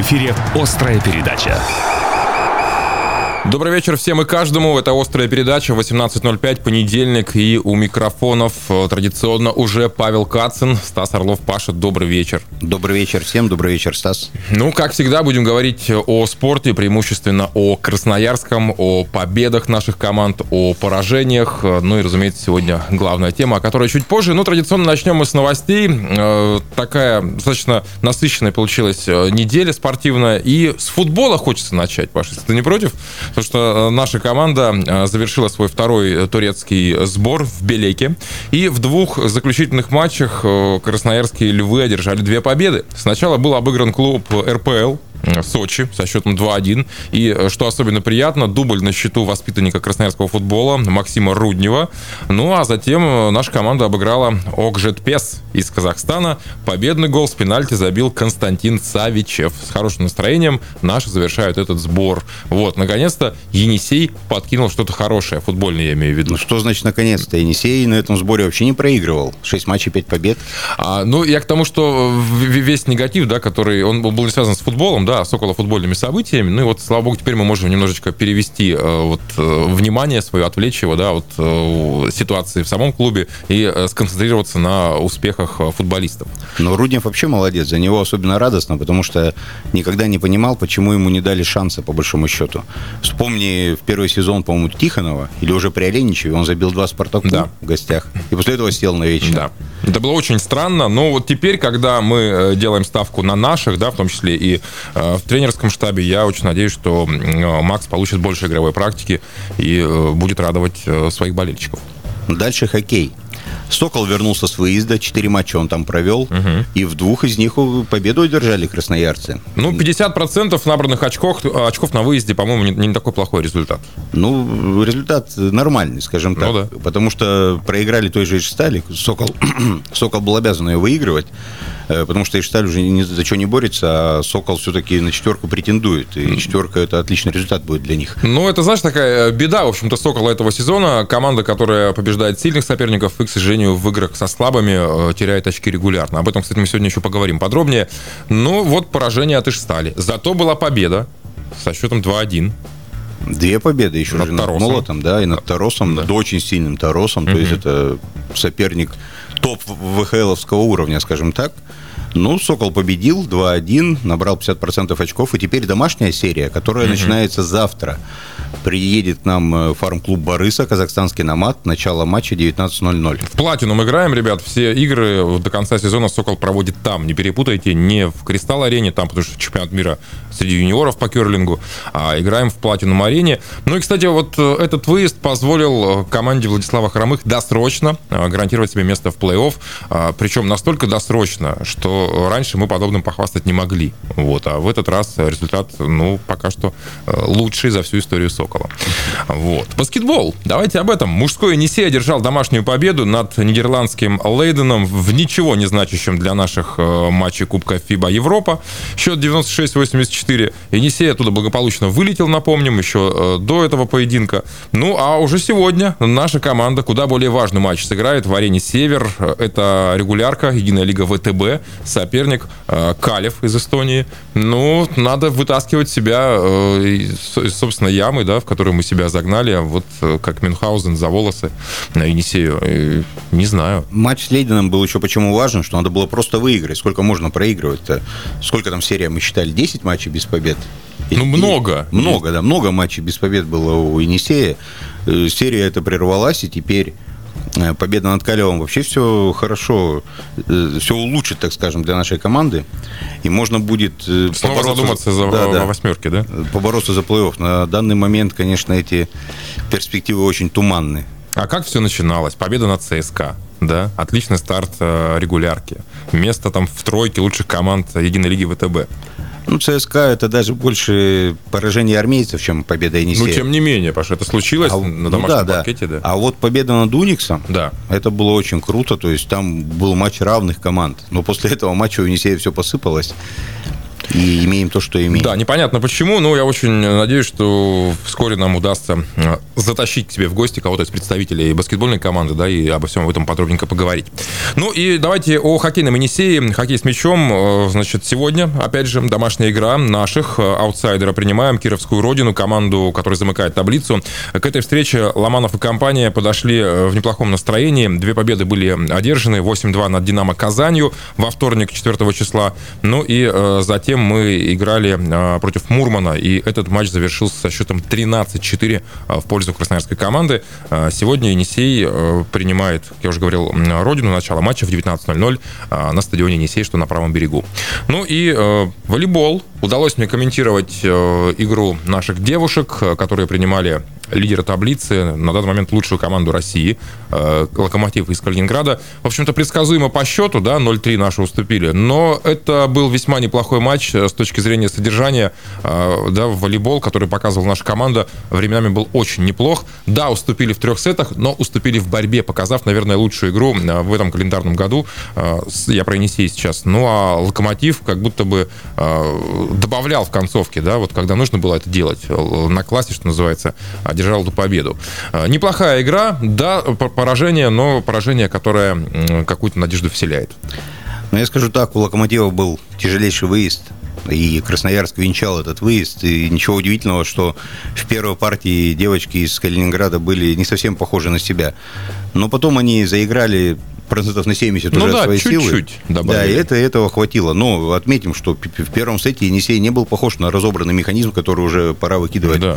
эфире «Острая передача». Добрый вечер всем и каждому. Это «Острая передача», 18:05, понедельник. И у микрофонов традиционно уже Павел Кацин, Стас Орлов. Паша, добрый вечер. Добрый вечер всем, добрый вечер, Стас. Ну, как всегда, будем говорить о спорте, преимущественно о красноярском, о победах наших команд, о поражениях. Ну и, разумеется, сегодня главная тема, о которой чуть позже. Но традиционно начнем мы с новостей. Такая достаточно насыщенная получилась неделя спортивная. И с футбола хочется начать, Паша, если ты не против. Потому что наша команда завершила свой второй турецкий сбор в Белеке. И в двух заключительных матчах красноярские львы одержали 2 победы. Сначала был обыгран клуб РПЛ Сочи со счетом 2-1. И, что особенно приятно, дубль на счету воспитанника красноярского футбола Максима Руднева. Ну, а затем наша команда обыграла Окжетпес из Казахстана. Победный гол с пенальти забил Константин Савичев. С хорошим настроением наши завершают этот сбор. Вот, наконец-то Енисей подкинул что-то хорошее. Футбольное, я имею в виду. Ну, что значит наконец-то? Енисей на этом сборе вообще не проигрывал. 6 матчей, 5 побед. Ну, я к тому, что весь негатив, да, который, он был не связан с футболом, да, с околофутбольными событиями. Ну и вот, слава богу, теперь мы можем немножечко перевести внимание свое, отвлечь его, да, от ситуации в самом клубе и сконцентрироваться на успехах футболистов. Но Руднев вообще молодец. За него особенно радостно, потому что никогда не понимал, почему ему не дали шанса, по большому счету. Вспомни в первый сезон, по-моему, Тихонова, или уже при Оленичеве, он забил 2 Спартаку в гостях. И после этого сел на вечер. Да. Это было очень странно, но вот теперь, когда мы делаем ставку на наших, да, в том числе и в тренерском штабе, я очень надеюсь, что Макс получит больше игровой практики и будет радовать своих болельщиков. Дальше хоккей. Сокол вернулся с выезда, 4 матча он там провел, и в 2 из них победу одержали красноярцы. Ну, 50% набранных очков на выезде, по-моему, не такой плохой результат. Ну, результат нормальный, скажем так. Ну, да. Потому что проиграли той же Ижстали. Сокол был обязан ее выигрывать, потому что Ижсталь уже ни за что не борется, а Сокол все-таки на 4 претендует. И 4 – это отличный результат будет для них. Ну, это, знаешь, такая беда, в общем-то, Сокола этого сезона. Команда, которая побеждает сильных соперников и, к сожалению, в играх со слабыми теряет очки регулярно. Об этом, кстати, мы сегодня еще поговорим подробнее. Ну, вот поражение от Ижстали. Зато была победа со счетом 2-1. 2 победы еще над Молотом, да, и над Таросом, над очень сильным Таросом. То есть это соперник топ ВХЛовского уровня, скажем так. Ну, Сокол победил 2-1, набрал 50% очков, и теперь домашняя серия, которая начинается завтра. Приедет к нам фарм-клуб Барыса, казахстанский Номад, начало матча 19:00. В Платинум играем, ребят, все игры до конца сезона Сокол проводит там. Не перепутайте, не в Кристалл-арене, там, потому что чемпионат мира среди юниоров по керлингу, а играем в Платинум-арене. Ну и, кстати, вот этот выезд позволил команде Владислава Хромых досрочно гарантировать себе место в плей-офф, причем настолько досрочно, что раньше мы подобным похвастать не могли. Вот. А в этот раз результат, ну, пока что лучший за всю историю Сокола. Вот. Баскетбол. Давайте об этом. Мужской Енисей одержал домашнюю победу над нидерландским Лейденом в ничего не значащем для наших матчей Кубка ФИБА Европа. Счет 96-84. Енисей оттуда благополучно вылетел, напомним, еще до этого поединка. Ну, а уже сегодня наша команда куда более важный матч сыграет в арене «Север». Это регулярка, единая лига ВТБ. Соперник Калев из Эстонии. Ну, надо вытаскивать себя из собственной ямы, да, в которую мы себя загнали, вот как Мюнхгаузен за волосы на Енисею. Не знаю. Матч с Лейденом был еще почему важен, что надо было просто выиграть. Сколько можно проигрывать-то? Сколько там серия, мы считали, 10 матчей без побед? Ну, много. Много матчей без побед было у Енисея. Серия эта прервалась, и теперь победа над Калевом вообще все хорошо, все улучшит, так скажем, для нашей команды. И можно будет снова задуматься во восьмерке, да? Побороться за плей-офф. На данный момент, конечно, эти перспективы очень туманны. А как все начиналось? Победа над ЦСКА, да? Отличный старт регулярки. Место там в тройке лучших команд единой лиги ВТБ. Ну, ЦСКА – это даже больше поражение армейцев, чем победа Енисея. Ну, тем не менее, Паша, это случилось на домашнем паркете, да. А вот победа над Униксом, это было очень круто. То есть там был матч равных команд. Но после этого матча у Енисея все посыпалось. и имеем то, что имеем. Да, непонятно почему, но я очень надеюсь, что вскоре нам удастся затащить к себе в гости кого-то из представителей баскетбольной команды, да, и обо всем этом подробненько поговорить. Ну и давайте о хоккейном Енисее. Хоккей с мячом. Значит, сегодня, опять же, домашняя игра наших аутсайдера. Принимаем Кировскую Родину, команду, которая замыкает таблицу. К этой встрече Ломанов и компания подошли в неплохом настроении. 2 победы были одержаны. 8-2 над «Динамо» Казанью во вторник, 4 числа. Ну и затем мы играли против Мурмана, и этот матч завершился со счетом 13-4 в пользу красноярской команды. Сегодня Енисей принимает, я уже говорил, Родину. Начало матча в 19:00 на стадионе Енисей, что на правом берегу. Ну и волейбол. Удалось мне комментировать игру наших девушек, которые принимали лидера таблицы, на данный момент лучшую команду России, «Локомотив» из Калининграда. В общем-то, предсказуемо по счету, да, 0-3 наши уступили, но это был весьма неплохой матч с точки зрения содержания, да, волейбол, который показывала наша команда, временами был очень неплох. Да, уступили в 3 сетах, но уступили в борьбе, показав, наверное, лучшую игру в этом календарном году. Я про Енисей сейчас. Ну, а «Локомотив» как будто бы добавлял в концовке, да, вот когда нужно было это делать, на классе, что называется, одержал эту победу. Неплохая игра, да, поражение, но поражение, которое какую-то надежду вселяет. Ну, я скажу так, у «Локомотива» был тяжелейший выезд, и Красноярск венчал этот выезд, и ничего удивительного, что в первой партии девочки из Калининграда были не совсем похожи на себя. Но потом они заиграли процентов на 70 уже от своей силы. Да, и этого хватило. Но отметим, что в первом сете Енисей не был похож на разобранный механизм, который уже пора выкидывать. Да.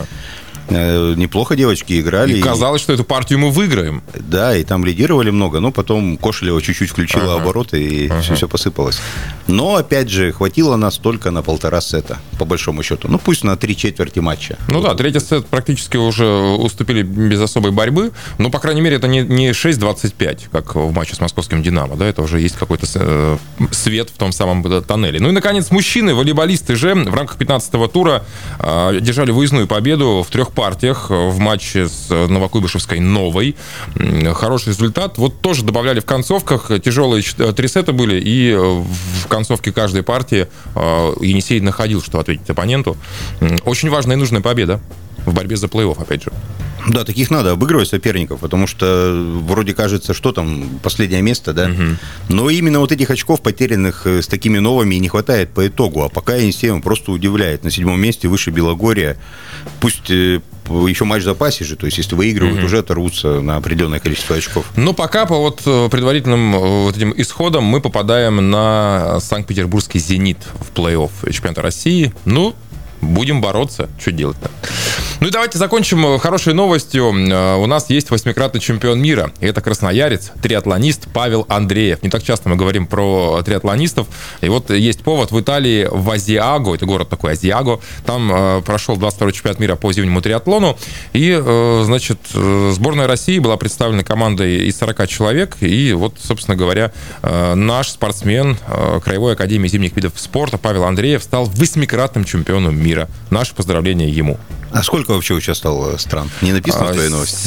Неплохо девочки играли. И казалось, что эту партию мы выиграем. Да, и там лидировали много, но потом Кошелева чуть-чуть включила обороты, и все посыпалось. Но, опять же, хватило нас только на 1,5 сета, по большому счету. Ну, пусть на 3/4 матча. Ну да, 3-й сет практически уже уступили без особой борьбы. Но, по крайней мере, это не 6-25, как в матче с московским «Динамо». Да, это уже есть какой-то свет в том самом тоннеле. Ну и, наконец, мужчины, волейболисты же в рамках 15-го тура держали выездную победу в 3 партиях в матче с Новокуйбышевской «Новой». Хороший результат. Вот тоже добавляли в концовках. Тяжелые 3 сета были, и в концовке каждой партии Енисей находил, что ответить оппоненту. Очень важная и нужная победа в борьбе за плей-офф, опять же. Да, таких надо обыгрывать соперников, потому что вроде кажется, что там, последнее место, да? Но именно вот этих очков, потерянных с такими новыми, не хватает по итогу. А пока Енисей просто удивляет. На 7-м месте выше Белогорья. Пусть еще матч в запасе же, то есть если выигрывают, уже оторвутся на определенное количество очков. Но пока по вот предварительным вот этим исходам мы попадаем на Санкт-Петербургский «Зенит» в плей-офф чемпионата России. Ну, будем бороться. Что делать-то? Ну и давайте закончим хорошей новостью. У нас есть 8-кратный чемпион мира. И это красноярец, триатлонист Павел Андреев. Не так часто мы говорим про триатлонистов. И вот есть повод. В Италии, в Азиаго, это город такой Азиаго, там прошел 22-й чемпионат мира по зимнему триатлону. И, значит, сборная России была представлена командой из 40 человек. И вот, собственно говоря, наш спортсмен Краевой академии зимних видов спорта Павел Андреев стал 8-кратным чемпионом мира. Наше поздравление ему. А сколько вообще участвовало стран? Не написано в твоей новости?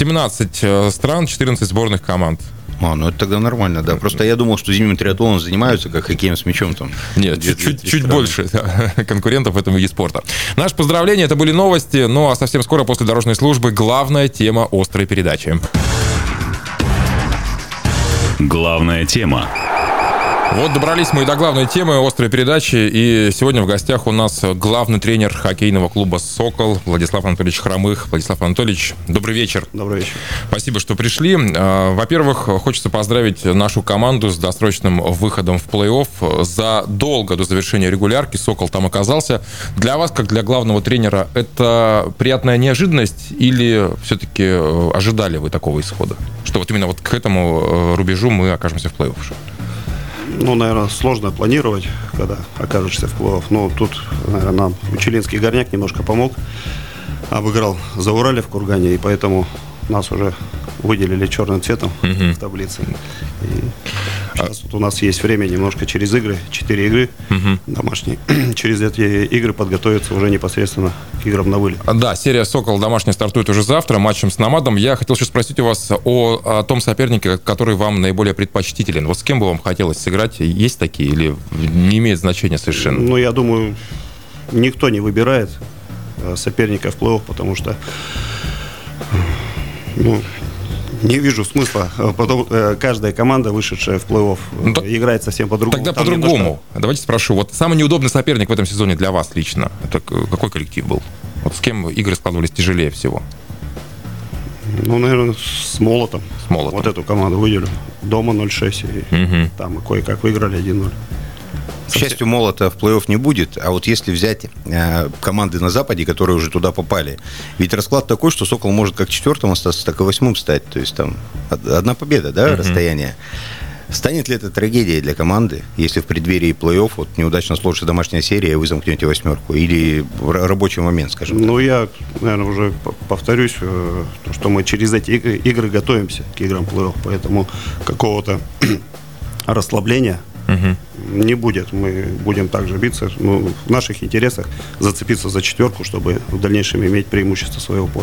17 стран, 14 сборных команд. Ну это тогда нормально, да. Просто я думал, что зимним триатлоном занимаются, как хоккеем с мячом. Там. Нет, чуть больше конкурентов в этом виде спорта. Наше поздравление, это были новости. Ну а совсем скоро после дорожной службы главная тема острой передачи. Главная тема. Вот добрались мы и до главной темы острой передачи. И сегодня в гостях у нас главный тренер хоккейного клуба «Сокол» Владислав Анатольевич Хромых. Владислав Анатольевич, добрый вечер. Добрый вечер. Спасибо, что пришли. Во-первых, хочется поздравить нашу команду с досрочным выходом в плей-офф. Задолго до завершения регулярки «Сокол» там оказался. Для вас, как для главного тренера, это приятная неожиданность или все-таки ожидали вы такого исхода? Что вот именно вот к этому рубежу мы окажемся в плей-офф? Ну, наверное, сложно планировать, когда окажешься в плей-офф. Но тут, наверное, нам Учелинский горняк немножко помог. Обыграл Зауралье в Кургане, и поэтому нас уже выделили черным цветом в таблице. И Сейчас вот у нас есть время немножко через игры, 4 игры домашние, через эти игры подготовиться уже непосредственно к играм на вылет. Да, серия «Сокол» домашняя стартует уже завтра матчем с «Номадом». Я хотел еще спросить у вас о том сопернике, который вам наиболее предпочтителен. Вот с кем бы вам хотелось сыграть? Есть такие или не имеет значения совершенно? Ну, я думаю, никто не выбирает соперника в плей-офф, потому что не вижу смысла. Потом каждая команда, вышедшая в плей-офф, играет совсем по-другому. Тогда по-другому. Давайте спрошу. Вот самый неудобный соперник в этом сезоне для вас лично, это какой коллектив был? Вот с кем игры складывались тяжелее всего? Ну, наверное, с Молотом. Вот эту команду выделю. Дома 0-6. И там кое-как выиграли 1-0. К счастью, Молота в плей-офф не будет, а вот если взять команды на Западе, которые уже туда попали, ведь расклад такой, что «Сокол» может как 4-м остаться, так и 8-м стать, то есть там одна победа, да, расстояние. Станет ли это трагедией для команды, если в преддверии плей-офф вот неудачно сложится домашняя серия, и вы замкнете 8-ку, или рабочий момент, скажем так? Ну, я, наверное, уже повторюсь, что мы через эти игры готовимся к играм плей-офф, поэтому какого-то расслабления не будет. Мы будем также биться. Ну, в наших интересах зацепиться за 4-ку, чтобы в дальнейшем иметь преимущество своего поля.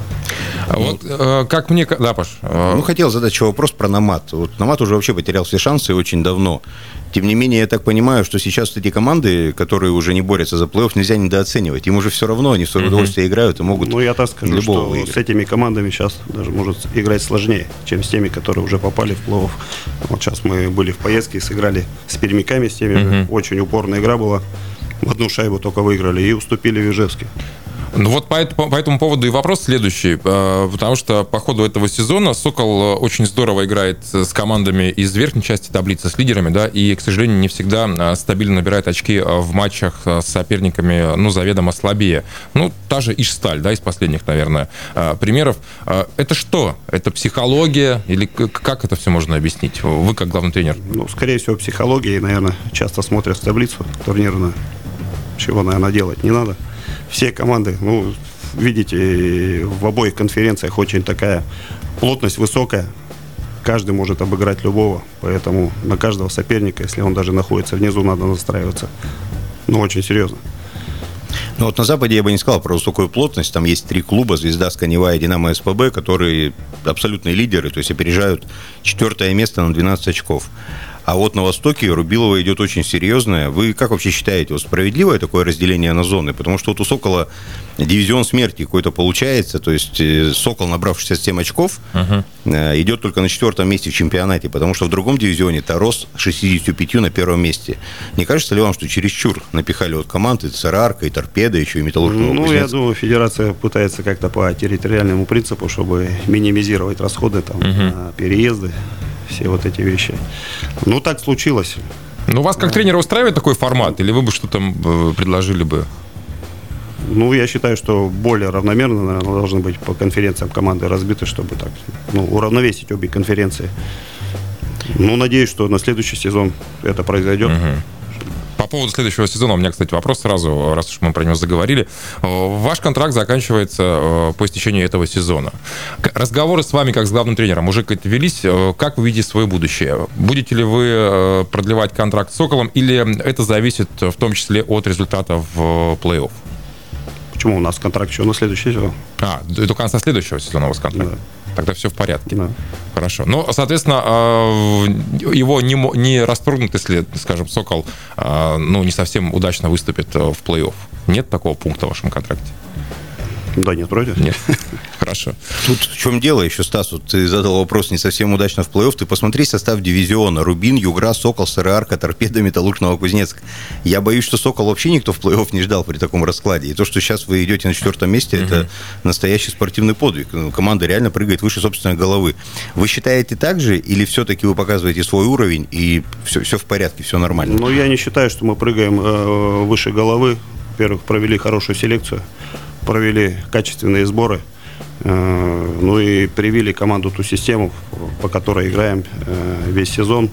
Вот как мне... Да, Паш. Хотел задать еще вопрос про «Номад». Вот «Номад» уже вообще потерял все шансы очень давно. Тем не менее, я так понимаю, что сейчас эти команды, которые уже не борются за плей-офф, нельзя недооценивать. Им уже все равно, они в свое удовольствие играют и могут... Ну, я так скажу, что выиграть. С этими командами сейчас даже может играть сложнее, чем с теми, которые уже попали в плей-офф. Вот сейчас мы были в поездке, сыграли с пермяками, с теми. Очень упорная игра была. В одну шайбу только выиграли и уступили в Ижевске. Ну вот по этому поводу и вопрос следующий, потому что по ходу этого сезона «Сокол» очень здорово играет с командами из верхней части таблицы, с лидерами, да, и, к сожалению, не всегда стабильно набирает очки в матчах с соперниками, ну, заведомо слабее. Ну, та же Ижсталь, да, из последних, наверное, примеров. Это что? Это психология или как это все можно объяснить? Вы как главный тренер. Ну, скорее всего, психология, и, наверное, часто смотрят таблицу турнирную, чего, наверное, делать не надо. Все команды, ну, видите, в обоих конференциях очень такая плотность высокая. Каждый может обыграть любого. Поэтому на каждого соперника, если он даже находится внизу, надо настраиваться. Ну, очень серьезно. Ну, вот на Западе я бы не сказал про высокую плотность. Там есть 3 клуба: «Звезда», «Сканева» и «Динамо» СПБ, которые абсолютные лидеры, то есть опережают 4-е место на 12 очков. А вот на Востоке Рубилова идет очень серьезная. Вы как вообще считаете, вот справедливое такое разделение на зоны? Потому что вот у «Сокола» дивизион смерти какой-то получается. То есть «Сокол», набрав 67 очков, идет только на 4-м месте в чемпионате. Потому что в другом дивизионе «Торос» 65 на 1-м месте. Не кажется ли вам, что чересчур напихали вот команды «Церарка» и «Торпедо», еще и «Металлург Новокузнецк»? Ну, я думаю, федерация пытается как-то по территориальному принципу, чтобы минимизировать расходы там, на переезды. Все вот эти вещи. Ну, так случилось. Ну, вас как тренера устраивает такой формат? Или вы бы что-то предложили бы? Ну, я считаю, что более равномерно, наверное, должны быть по конференциям команды разбиты, чтобы так, уравновесить обе конференции. Ну, надеюсь, что на следующий сезон это произойдет. По поводу следующего сезона у меня, кстати, вопрос сразу, раз уж мы про него заговорили. Ваш контракт заканчивается по истечении этого сезона. Разговоры с вами, как с главным тренером, уже как-то велись. Как вы видите свое будущее? Будете ли вы продлевать контракт с «Соколом», или это зависит в том числе от результата в плей-офф? Почему? У нас контракт еще на следующий сезон. До конца следующего сезона у вас контракт? Да. Тогда все в порядке. Да. Хорошо. Ну, соответственно, его не расторгнут, если, скажем, «Сокол» не совсем удачно выступит в плей-офф. Нет такого пункта в вашем контракте? Да, нет, вроде. Нет. Хорошо. Тут в чем дело еще, Стас? Вот ты задал вопрос не совсем удачно в плей-офф. Ты посмотри состав дивизиона: Рубин, Югра, «Сокол», «Сыроарка», «Торпедо», «Металлург», «Новокузнецк». Я боюсь, что «Сокол» вообще никто в плей-офф не ждал при таком раскладе. И то, что сейчас вы идете на 4-м месте, это настоящий спортивный подвиг. Команда реально прыгает выше собственной головы. Вы считаете так же, или все-таки вы показываете свой уровень и все в порядке, все нормально? Ну, я не считаю, что мы прыгаем выше головы. Во-первых, провели хорошую селекцию, провели качественные сборы, ну и привили команду ту систему, по которой играем весь сезон.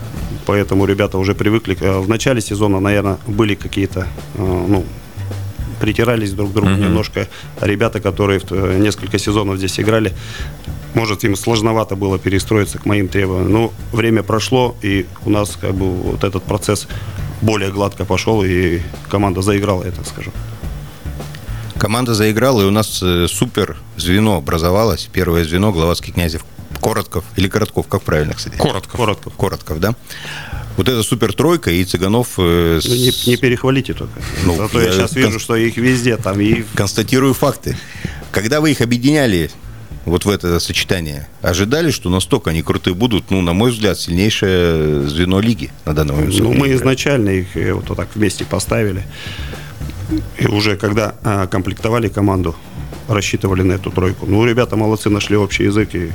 Поэтому ребята уже привыкли. В начале сезона, наверное, были какие-то притирались друг к другу немножко. Ребята, которые несколько сезонов здесь играли, может, им сложновато было перестроиться к моим требованиям. Но время прошло, и у нас как бы вот этот процесс более гладко пошел, и команда заиграла, я так скажу. Команда заиграла, и у нас супер звено образовалось. Первое звено — Гловацкий, Князев, Коротков или Коротков, как правильно, кстати? Коротков, да. Вот это супер тройка, и Цыганов... Не перехвалите только. Зато я сейчас вижу, что их везде там. Констатирую факты. Когда вы их объединяли вот в это сочетание, ожидали, что настолько они крутые будут? Ну, на мой взгляд, сильнейшее звено лиги на данный момент. Ну, мы изначально их вот так вместе поставили. И уже когда комплектовали команду, рассчитывали на эту тройку. Ну, ребята молодцы, нашли общий язык. И...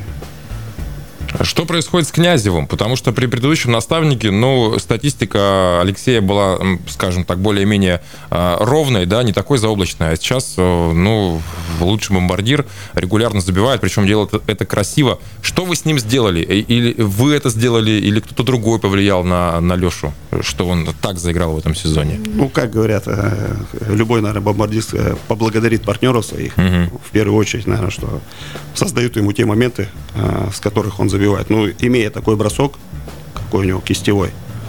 Что происходит с Князевым? Потому что при предыдущем наставнике, статистика Алексея была, скажем так, более-менее ровной, да, не такой заоблачной. А сейчас, лучший бомбардир, регулярно забивает, причем делает это красиво. Что вы с ним сделали? Или вы это сделали, или кто-то другой повлиял на Лешу, что он так заиграл в этом сезоне? Ну, как говорят, любой, наверное, бомбардист поблагодарит партнеров своих, в первую очередь, наверное, что создают ему те моменты, с которых он забивает. Ну, имея такой бросок, какой у него кистевой,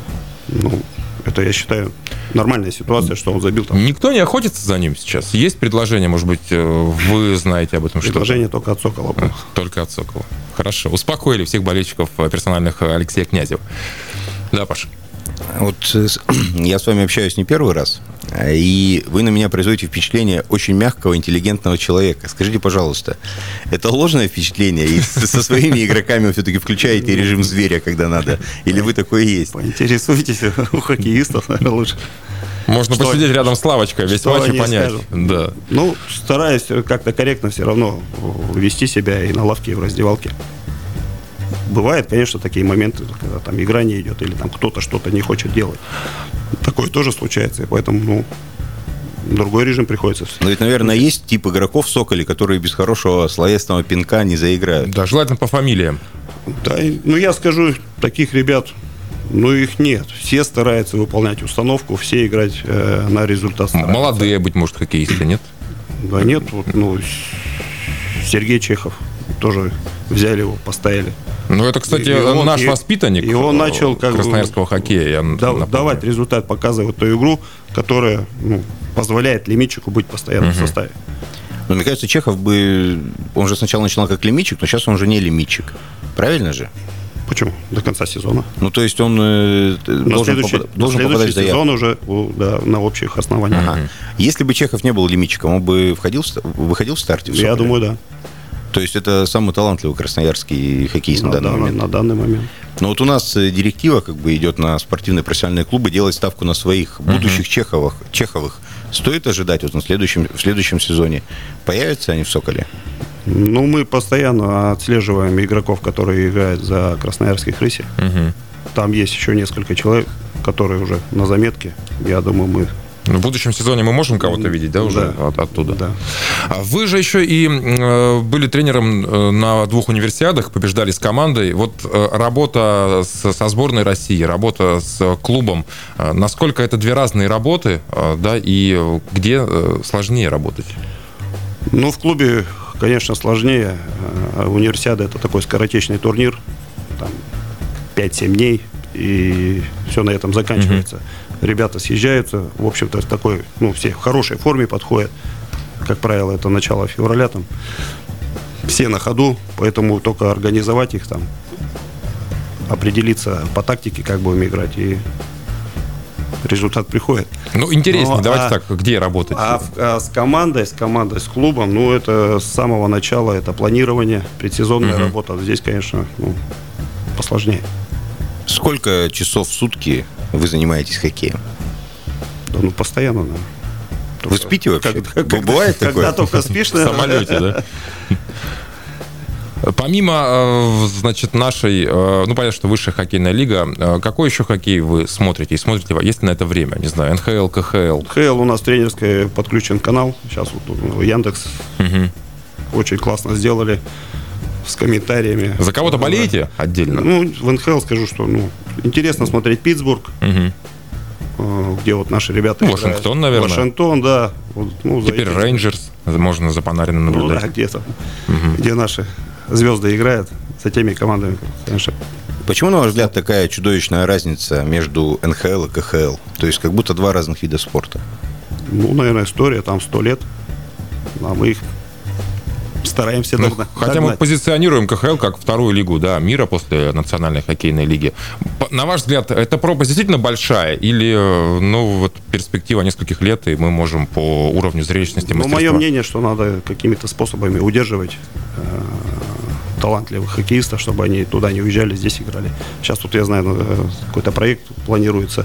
это, я считаю, нормальная ситуация, что он забил там. Никто не охотится за ним сейчас? Есть предложение, может быть, вы знаете об этом? Предложение только от Сокола было. Только от Сокола. Хорошо. Успокоили всех болельщиков персональных Алексея Князева. Да, Паша? Вот я с вами общаюсь не первый раз, и вы на меня производите впечатление очень мягкого, интеллигентного человека. Скажите, пожалуйста, это ложное впечатление? И со своими игроками вы все-таки включаете режим зверя, когда надо? Или вы такой и есть? Поинтересуйтесь у хоккеистов, наверное, лучше. Можно посидеть рядом с Славочкой, весь матч и понять. Да. Ну, стараюсь как-то корректно все равно вести себя и на лавке, и в раздевалке. Бывают, конечно, такие моменты, когда там игра не идет, или там кто-то что-то не хочет делать. Такое тоже случается, и поэтому, другой режим приходится. Но ведь, наверное, есть тип игроков в «Соколе», которые без хорошего словесного пинка не заиграют. Да, желательно по фамилиям. Да, я скажу, таких ребят, их нет. Все стараются выполнять установку, все играть на результат. Молодые, быть может, хоккеисты, нет? Да нет, Сергей Чехов тоже взяли его, поставили. Это, кстати, наш воспитанник и он начал красноярского хоккея. Давать результат, показывать ту игру, которая позволяет лимитчику быть постоянно в составе. Мне кажется, Чехов он же сначала начинал как лимитчик, но сейчас он уже не лимитчик. Правильно же? Почему? До конца сезона. То есть он должен попадать в заявку. Сезон уже на общих основаниях. Ага. Если бы Чехов не был лимитчиком, он бы выходил в старте? Я думаю, да. То есть это самый талантливый красноярский хоккеист на данный момент? На данный момент. Но у нас директива идет на спортивные профессиональные клубы делать ставку на своих будущих чеховых. Стоит ожидать в следующем сезоне? Появятся они в «Соколе»? Мы постоянно отслеживаем игроков, которые играют за красноярских «Рыси». Там есть еще несколько человек, которые уже на заметке. Я думаю, мы... В будущем сезоне мы можем кого-то видеть, да, уже оттуда? Да. Вы же еще и были тренером на 2 универсиадах, побеждали с командой. Вот работа со сборной России, работа с клубом, насколько это 2 разные работы, да, и где сложнее работать? В клубе, конечно, сложнее. Универсиада — это такой скоротечный турнир, там 5-7 дней, и все на этом заканчивается. Ребята съезжаются, в общем-то, в такой, все в хорошей форме подходят. Как правило, это начало февраля, там все на ходу, поэтому только организовать их там, определиться по тактике, как будем играть, и результат приходит. Интереснее, давайте так, где работать? С командой, с клубом, это с самого начала, это планирование, предсезонная работа. Здесь, конечно, посложнее. Сколько часов в сутки вы занимаетесь хоккеем? Да, постоянно, наверное. Вы спите вообще? Бывает такое? Когда только спишь, наверное. В самолете, да? Помимо, нашей, понятно, что высшая хоккейная лига, какой еще хоккей вы смотрите? И смотрите ли, есть ли на это время? Не знаю, НХЛ, КХЛ? КХЛ у нас тренерский подключен канал. Сейчас Яндекс очень классно сделали. С комментариями. За кого-то болеете отдельно? В НХЛ скажу, что интересно смотреть Питтсбург. где вот наши ребята играют. Вашингтон, наверное. Вашингтон, да. Вот, теперь Рейнджерс, можно за Панариным наблюдать. Да, где-то, где наши звезды играют, за теми командами, конечно. Почему, на ваш взгляд, такая чудовищная разница между НХЛ и КХЛ? То есть как будто два разных вида спорта. Наверное, история там 100 лет, а мы их стараемся догнать. Хотя мы позиционируем КХЛ как вторую лигу, да, мира после Национальной хоккейной лиги. На ваш взгляд, эта пропасть действительно большая? Или, перспектива нескольких лет, и мы можем по уровню зрелищности мастерства? Мое мнение, что надо какими-то способами удерживать талантливых хоккеистов, чтобы они туда не уезжали, здесь играли. Сейчас тут, я знаю, какой-то проект планируется.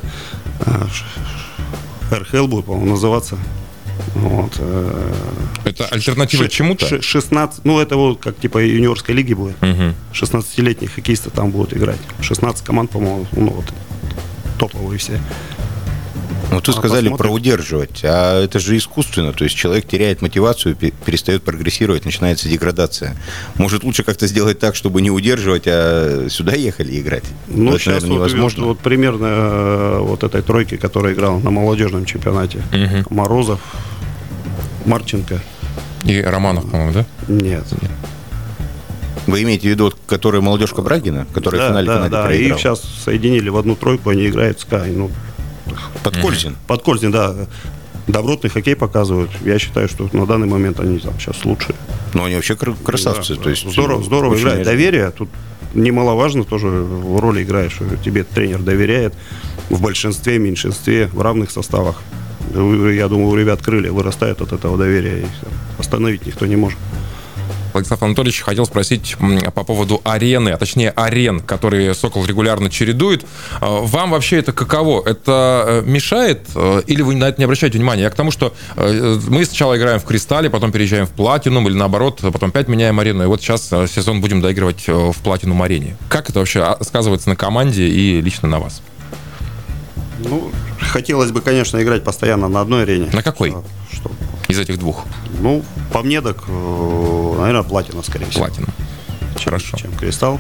РХЛ будет, по-моему, называться. Вот. Это альтернатива чему-то? 16, это вот как типа юниорской лиги будет. 16-летние хоккеисты там будут играть. 16 команд, по-моему, топовые все. Тут сказали про удерживать, а это же искусственно, то есть человек теряет мотивацию, перестает прогрессировать, начинается деградация. Может, лучше как-то сделать так, чтобы не удерживать, а сюда ехали играть? Это, сейчас наверное, невозможно. Вот примерно вот этой тройки, которая играла на молодежном чемпионате. Морозов, Марченко. И Романов, по-моему, да? Нет. Вы имеете в виду, которая молодежка Брагина, которая в финале проиграла? Да, их сейчас соединили в одну тройку, они играют в Sky. Подкользин. Подкользин, да. Добротный хоккей показывают. Я считаю, что на данный момент они там сейчас лучшие. Но они вообще красавцы. Да, то есть здорово играют. Доверие тут немаловажно тоже в роли играешь. Тебе тренер доверяет в большинстве, меньшинстве, в равных составах. Я думаю, у ребят крылья вырастают от этого доверия. И остановить никто не может. Владислав Анатольевич, хотел спросить по поводу арены, а точнее арен, которые «Сокол» регулярно чередует. Вам вообще это каково? Это мешает или вы на это не обращаете внимания? Я к тому, что мы сначала играем в «Кристалле», потом переезжаем в «Платинум» или наоборот, потом опять меняем арену. И вот сейчас сезон будем доигрывать в «Платинум-арене». Как это вообще сказывается на команде и лично на вас? Хотелось бы, конечно, играть постоянно на одной арене. На какой? Из этих двух? По мне, так, наверное, «Платина», скорее всего. «Платина». Хорошо. Чем «Кристалл».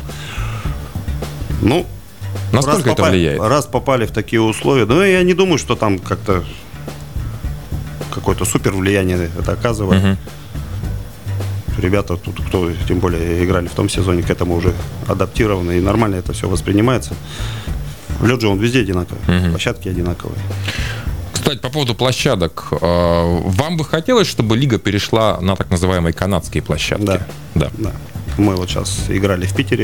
Насколько это влияет? Раз попали в такие условия, я не думаю, что там как-то какое-то супер влияние это оказывает. Ребята тут, кто тем более играли в том сезоне, к этому уже адаптированы, и нормально это все воспринимается. Лед же он везде одинаковый, площадки одинаковые. Кстати, по поводу площадок. Вам бы хотелось, чтобы лига перешла на так называемые канадские площадки? Да. Мы вот сейчас играли в Питере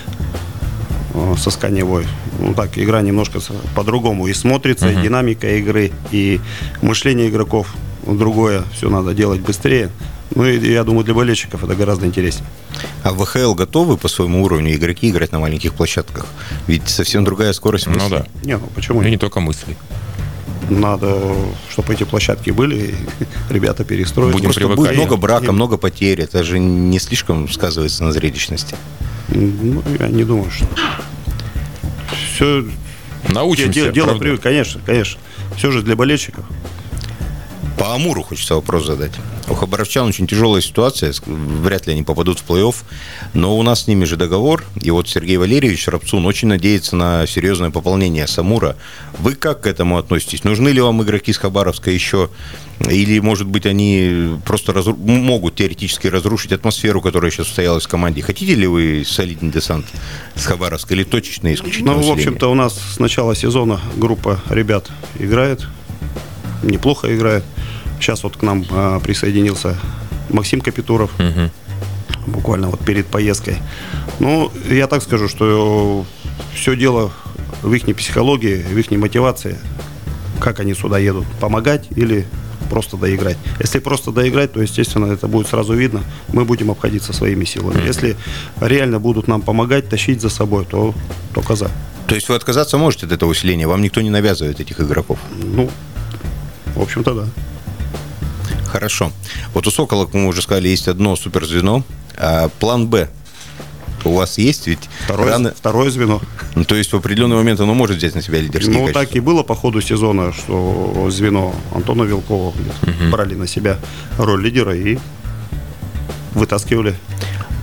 со Сканевой. Игра немножко по-другому и смотрится, и динамика игры, и мышление игроков другое. Все надо делать быстрее. И я думаю, для болельщиков это гораздо интереснее. А в ВХЛ готовы по своему уровню игроки играть на маленьких площадках? Ведь совсем другая скорость мысли. Да. Почему? И не только мысли. Надо, чтобы эти площадки были, ребята перестроят. Будем привыкать. Будет много брака, много потерь. Это же не слишком сказывается на зрелищности. Я не думаю, что... Все... Научимся. Дело привык, конечно. Все же для болельщиков. По Амуру хочется вопрос задать. У хабаровчан очень тяжелая ситуация, вряд ли они попадут в плей-офф, но у нас с ними же договор, и вот Сергей Валерьевич Рапцун очень надеется на серьезное пополнение с Амура. Вы как к этому относитесь? Нужны ли вам игроки с Хабаровска еще? Или, может быть, они просто могут теоретически разрушить атмосферу, которая сейчас устоялась в команде? Хотите ли вы солидный десант с Хабаровска или точечное исключительно в общем-то, у нас с начала сезона группа ребят играет, неплохо играет. Сейчас вот к нам присоединился Максим Капитуров, буквально вот перед поездкой. Я так скажу, что все дело в их психологии, в их мотивации, как они сюда едут, помогать или просто доиграть. Если просто доиграть, то, естественно, это будет сразу видно, мы будем обходиться своими силами. Если реально будут нам помогать, тащить за собой, то только за. То есть вы отказаться можете от этого усиления? Вам никто не навязывает этих игроков? В общем-то, да. Хорошо. Вот у «Сокола», как мы уже сказали, есть одно суперзвено. А план «Б» у вас есть? Ведь второе звено. То есть в определенный момент оно может взять на себя лидерские качества? Так и было по ходу сезона, что звено Антона Вилкова брали на себя роль лидера и вытаскивали.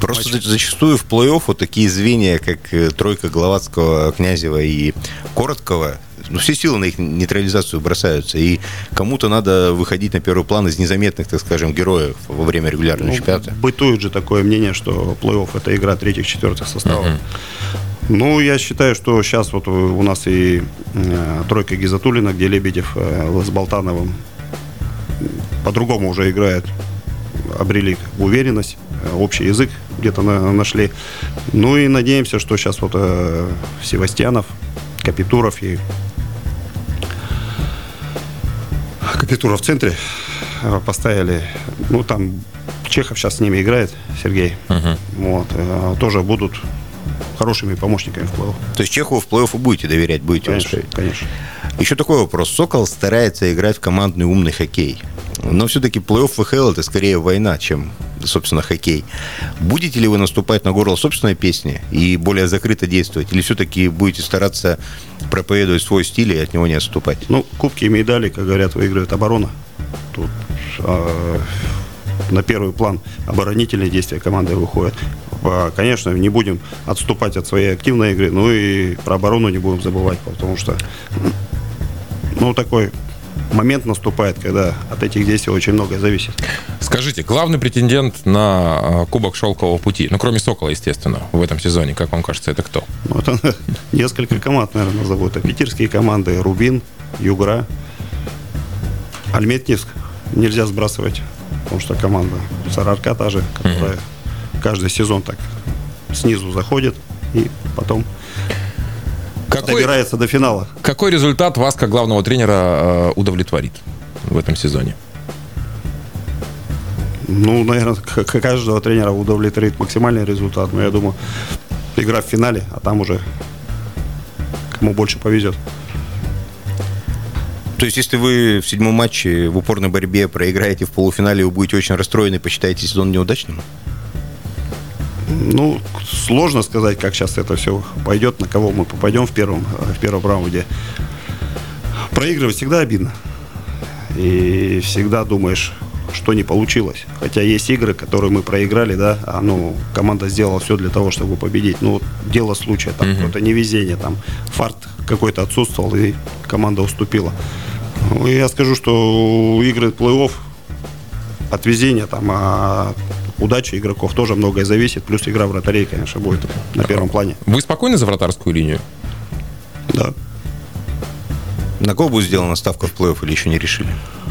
Просто зачастую в плей-офф вот такие звенья, как тройка Головацкого, Князева и Короткого, все силы на их нейтрализацию бросаются. И кому-то надо выходить на первый план из незаметных, так скажем, героев во время регулярного чемпионата. Бытует же такое мнение, что плей-офф – это игра третьих-четвертых составов. Ну, я считаю, что сейчас вот у нас и тройка Гизатуллина, где Лебедев с Болтановым по-другому уже играют, обрели уверенность, общий язык где-то нашли. Ну и надеемся, что сейчас вот Севастьянов, Капитуров и Капитура в центре поставили. Ну, там Чехов сейчас с ними играет, Сергей. Вот. Тоже будут хорошими помощниками в плей-офф. То есть Чехову в плей-офф вы будете доверять, будете конечно, конечно. Еще такой вопрос. «Сокол» старается играть в командный умный хоккей. Но все-таки плей-офф ВХЛ – это скорее война, чем, собственно, хоккей. Будете ли вы наступать на горло собственной песни и более закрыто действовать? Или все-таки будете стараться проповедовать свой стиль и от него не отступать? Ну, кубки и медали, как говорят, выигрывает оборона. Тут на первый план оборонительные действия команды выходят. Конечно, не будем отступать от своей активной игры, но и про оборону не будем забывать, потому что такой момент наступает, когда от этих действий очень многое зависит. Скажите, главный претендент на Кубок Шелкового пути, кроме «Сокола», естественно, в этом сезоне, как вам кажется, это кто? Это несколько команд, наверное, назову. Это питерские команды: Рубин, Югра, Альметьевск. Нельзя сбрасывать, потому что команда Сарарка та же, которая каждый сезон так снизу заходит и потом добирается до финала. Какой результат вас, как главного тренера, удовлетворит в этом сезоне? Наверное, каждого тренера удовлетворит максимальный результат. Но я думаю, игра в финале, а там уже кому больше повезет. То есть, если вы в 7-м матче в упорной борьбе проиграете в полуфинале, вы будете очень расстроены и посчитаете сезон неудачным? Сложно сказать, как сейчас это все пойдет, на кого мы попадем в первом раунде. Проигрывать всегда обидно. И всегда думаешь, что не получилось. Хотя есть игры, которые мы проиграли, да, команда сделала все для того, чтобы победить. Дело случая, там какое-то невезение, там фарт какой-то отсутствовал, и команда уступила. Я скажу, что игры плей-офф от везения, от удачи игроков тоже многое зависит. Плюс игра вратарей, конечно, будет на первом плане. Вы спокойны за вратарскую линию? Да. На кого будет сделана ставка в плей-офф или еще не решили?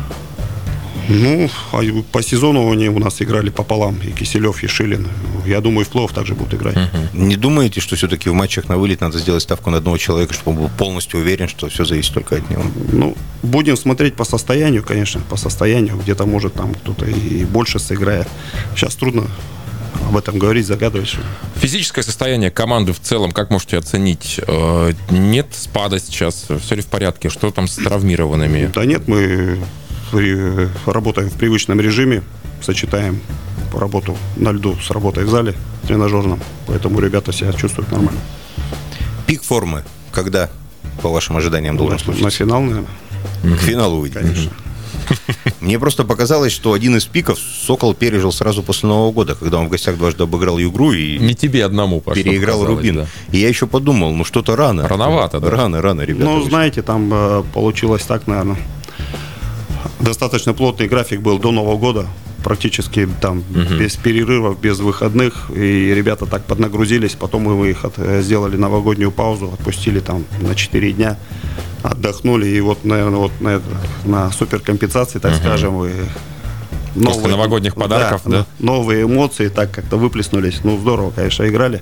По сезону они у нас играли пополам. И Киселев, и Шилин. Я думаю, в плей-офф также будут играть. Не думаете, что все-таки в матчах на вылет надо сделать ставку на одного человека, чтобы он был полностью уверен, что все зависит только от него? Будем смотреть по состоянию, конечно. По состоянию. Где-то, может, там кто-то и больше сыграет. Сейчас трудно об этом говорить, загадывать. Физическое состояние команды в целом, как можете оценить? Нет спада сейчас? Все ли в порядке? Что там с травмированными? Да нет, мы работаем в привычном режиме, сочетаем работу на льду с работой в зале тренажерном, поэтому ребята себя чувствуют нормально. Пик формы когда, по вашим ожиданиям, должен случиться? На финал, наверное. К финалу выйдет? Конечно. Мне просто показалось, что один из пиков «Сокол» пережил сразу после Нового года, когда он в гостях дважды обыграл Югру и не тебе одному, переиграл Рубин. Да. И я еще подумал, что-то рано. Рановато, да? Рано, ребята. Знаете, там получилось так, наверное. Достаточно плотный график был до Нового года. Практически там без перерывов, без выходных. И ребята так поднагрузились. Потом мы их сделали новогоднюю паузу, отпустили там на 4 дня. Отдохнули. И наверное, на суперкомпенсации, так скажем, после новогодних подарков, да? Новые эмоции так как-то выплеснулись. Здорово, конечно, играли.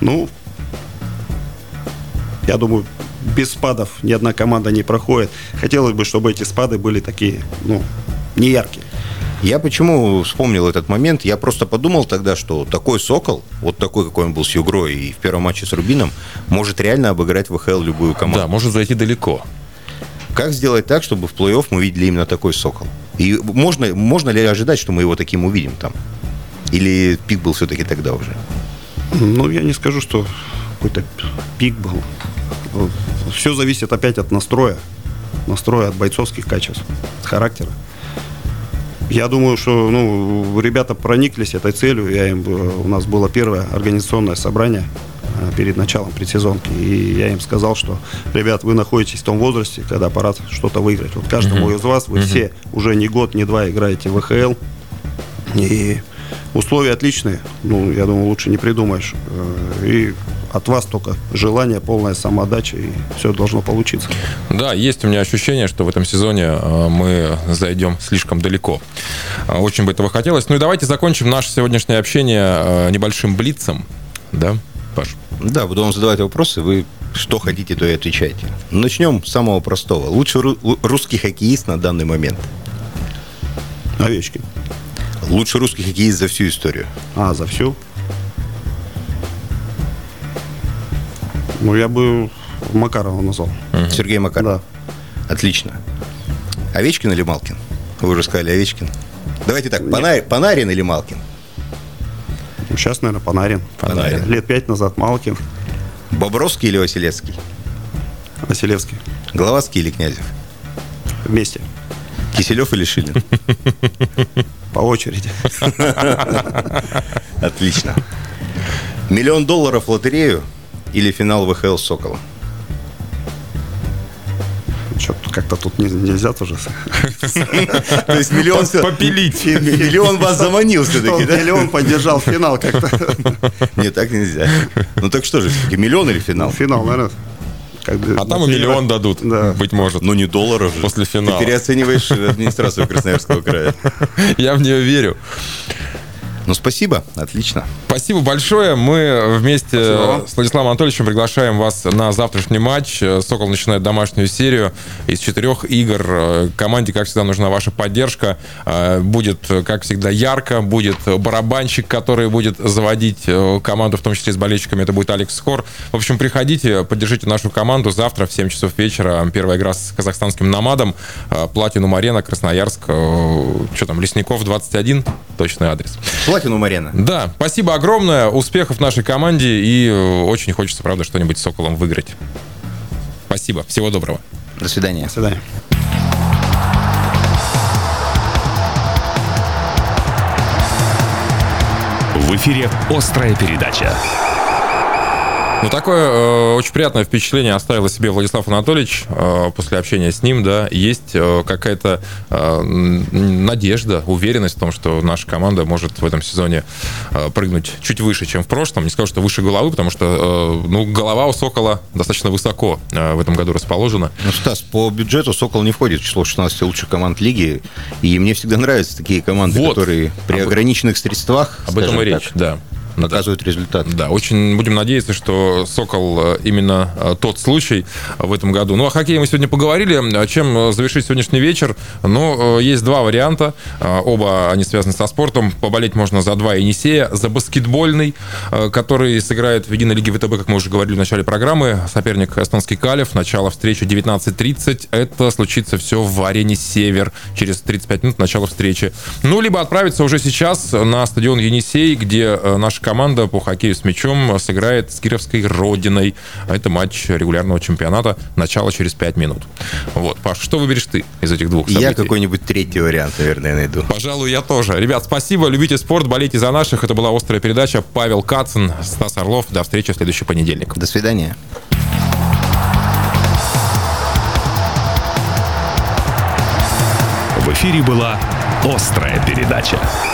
Я думаю, без спадов ни одна команда не проходит. Хотелось бы, чтобы эти спады были такие, не яркие. Я почему вспомнил этот момент? Я просто подумал тогда, что такой «Сокол», вот такой, какой он был с Югрой и в первом матче с Рубином, может реально обыграть в ВХЛ любую команду. Да, может зайти далеко. Как сделать так, чтобы в плей-офф мы видели именно такой «Сокол»? И можно ли ожидать, что мы его таким увидим там? Или пик был все-таки тогда уже? Я не скажу, что какой-то пик был. Все зависит опять от настроя от бойцовских качеств, от характера. Я думаю, что ребята прониклись этой целью. У нас было первое организационное собрание перед началом предсезонки. И я им сказал, что, ребят, вы находитесь в том возрасте, когда пора что-то выиграть. Вот каждому из вас, вы все уже не год, не два играете в ВХЛ. И условия отличные. Я думаю, лучше не придумаешь. И от вас только желание, полная самоотдача, и все должно получиться. Да, есть у меня ощущение, что в этом сезоне мы зайдем слишком далеко. Очень бы этого хотелось. Ну и давайте закончим наше сегодняшнее общение небольшим блицем. Да, Паш? Да, буду вам задавать вопросы, вы что хотите, то и отвечайте. Начнем с самого простого. Лучший русский хоккеист на данный момент? Овечкин. Лучший русский хоккеист за всю историю? За всю? Я бы Макарова назвал. Сергей Макаров? Да. Отлично. Овечкин или Малкин? Вы уже сказали Овечкин. Давайте так, Панарин или Малкин? Сейчас, наверное, Панарин. Лет 5 назад Малкин. Бобровский или Василевский? Василевский. Гловацкий или Князев? Вместе. Киселев или Шилин? По очереди. Отлично. $1 миллион в лотерею или финал ВХЛ с Соколом? Что-то как-то тут нельзя тоже. То есть миллион... Попилить. Миллион вас заманил все-таки, да? Миллион поддержал финал как-то. Нет, так нельзя. Так что же, все-таки миллион или финал? Финал, наверное. А там и миллион дадут, быть может. Не долларов же. После финала. Ты переоцениваешь администрацию Красноярского края. Я в нее верю. Спасибо, отлично. Спасибо большое. Мы вместе с Владиславом Анатольевичем приглашаем вас на завтрашний матч. «Сокол» начинает домашнюю серию из 4 игр. Команде, как всегда, нужна ваша поддержка. Будет, как всегда, ярко. Будет барабанщик, который будет заводить команду, в том числе с болельщиками. Это будет Алекс Скор. В общем, приходите, поддержите нашу команду. Завтра в 7 часов вечера первая игра с казахстанским «Номадом». Платинум Арена, Красноярск. Что там, Лесников, 21. Точный адрес. Платинум Арена. Да, спасибо огромное. Успехов нашей команде. И очень хочется, правда, что-нибудь с «Соколом» выиграть. Спасибо. Всего доброго. До свидания. До свидания. В эфире «Острая передача». Такое очень приятное впечатление оставил о себе Владислав Анатольевич после общения с ним, да. Есть какая-то надежда, уверенность в том, что наша команда может в этом сезоне прыгнуть чуть выше, чем в прошлом. Не скажу, что выше головы, потому что голова у «Сокола» достаточно высоко в этом году расположена. Стас, по бюджету «Сокол» не входит в число 16 лучших команд лиги, и мне всегда нравятся такие команды, которые при ограниченных средствах, об этом и речь, да. Показывают результат. Да, очень будем надеяться, что «Сокол» именно тот случай в этом году. О хоккее мы сегодня поговорили. Чем завершить сегодняшний вечер? Есть два варианта. Оба они связаны со спортом. Поболеть можно за два Енисея. За баскетбольный, который сыграет в единой лиге ВТБ, как мы уже говорили в начале программы. Соперник эстонский Калев. Начало встречи 19:30. Это случится все в арене «Север». Через 35 минут начало встречи. Либо отправиться уже сейчас на стадион Енисей, где наша команда по хоккею с мячом сыграет с Кировской Родиной. Это матч регулярного чемпионата. Начало через 5 минут. Паш, что выберешь ты из этих двух событий? Я какой-нибудь третий вариант, наверное, найду. Пожалуй, я тоже. Ребят, спасибо. Любите спорт, болейте за наших. Это была «Острая передача». Павел Кацин, Стас Орлов. До встречи в следующий понедельник. До свидания. В эфире была «Острая передача».